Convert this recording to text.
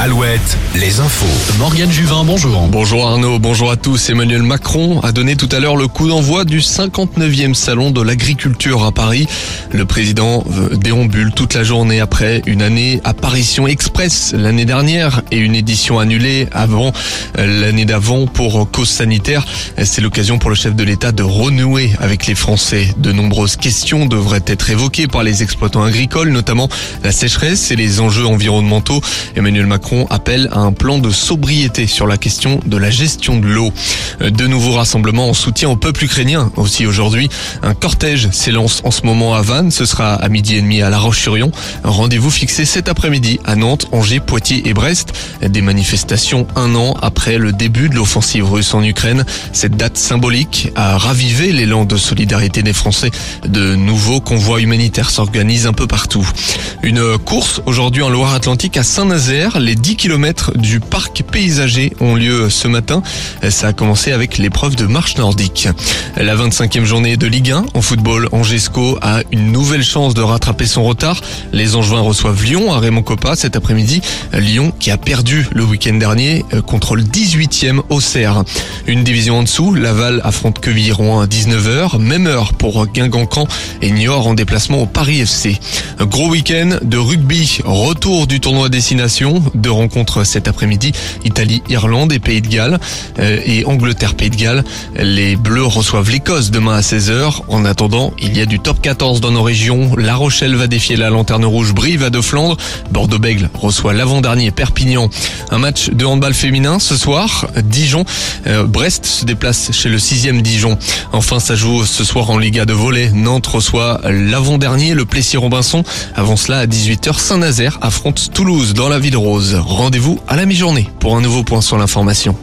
Alouette, les infos. Morgane Juvin, bonjour. Bonjour Arnaud, bonjour à tous. Emmanuel Macron a donné tout à l'heure le coup d'envoi du 59e salon de l'agriculture à Paris. Le président déambule toute la journée après une année apparition express l'année dernière et une édition annulée avant l'année d'avant pour cause sanitaire. C'est l'occasion pour le chef de l'État de renouer avec les Français. De nombreuses questions devraient être évoquées par les exploitants agricoles, notamment la sécheresse et les enjeux environnementaux. Emmanuel Macron appelle à un plan de sobriété sur la question de la gestion de l'eau. De nouveaux rassemblements en soutien au peuple ukrainien. Aussi aujourd'hui, un cortège s'élance en ce moment à Vannes. Ce sera à 12h30 à La Roche-sur-Yon. Un rendez-vous fixé cet après-midi à Nantes, Angers, Poitiers et Brest. Des manifestations un an après le début de l'offensive russe en Ukraine. Cette date symbolique a ravivé l'élan de solidarité des Français. De nouveaux convois humanitaires s'organisent un peu partout. Une course aujourd'hui en Loire-Atlantique à Saint-Nazaire. Les 10 km du parc paysager ont lieu ce matin. Ça a commencé avec l'épreuve de marche nordique. La 25e journée de Ligue 1 en football, Angesco a une nouvelle chance de rattraper son retard. Les Angevins reçoivent Lyon à Raymond Kopa cet après-midi. Lyon qui a perdu le week-end dernier contre le 18e Auxerre. Une division en dessous, Laval affronte Quevilly-Rouen à 19h. Même heure pour Guingamp-Caen et Niort en déplacement au Paris FC. Un gros week-end de rugby, retour du tournoi destination. Deux rencontres cet après-midi, Italie-Irlande et Pays de Galles et Angleterre-Pays de Galles. Les Bleus reçoivent l'Écosse demain à 16h. En attendant, il y a du top 14 dans nos régions. La Rochelle va défier la Lanterne Rouge, Brive à de Flandre. Bordeaux-Bègles reçoit l'avant-dernier Perpignan. Un match de handball féminin ce soir, Dijon. Brest se déplace chez le 6e Dijon. Enfin, ça joue ce soir en Liga de volley. Nantes reçoit l'avant-dernier, le Plessis-Robinson. Avant cela, à 18h, Saint-Nazaire affronte Toulouse dans la Ville Rose. Rendez-vous à la mi-journée pour un nouveau point sur l'information.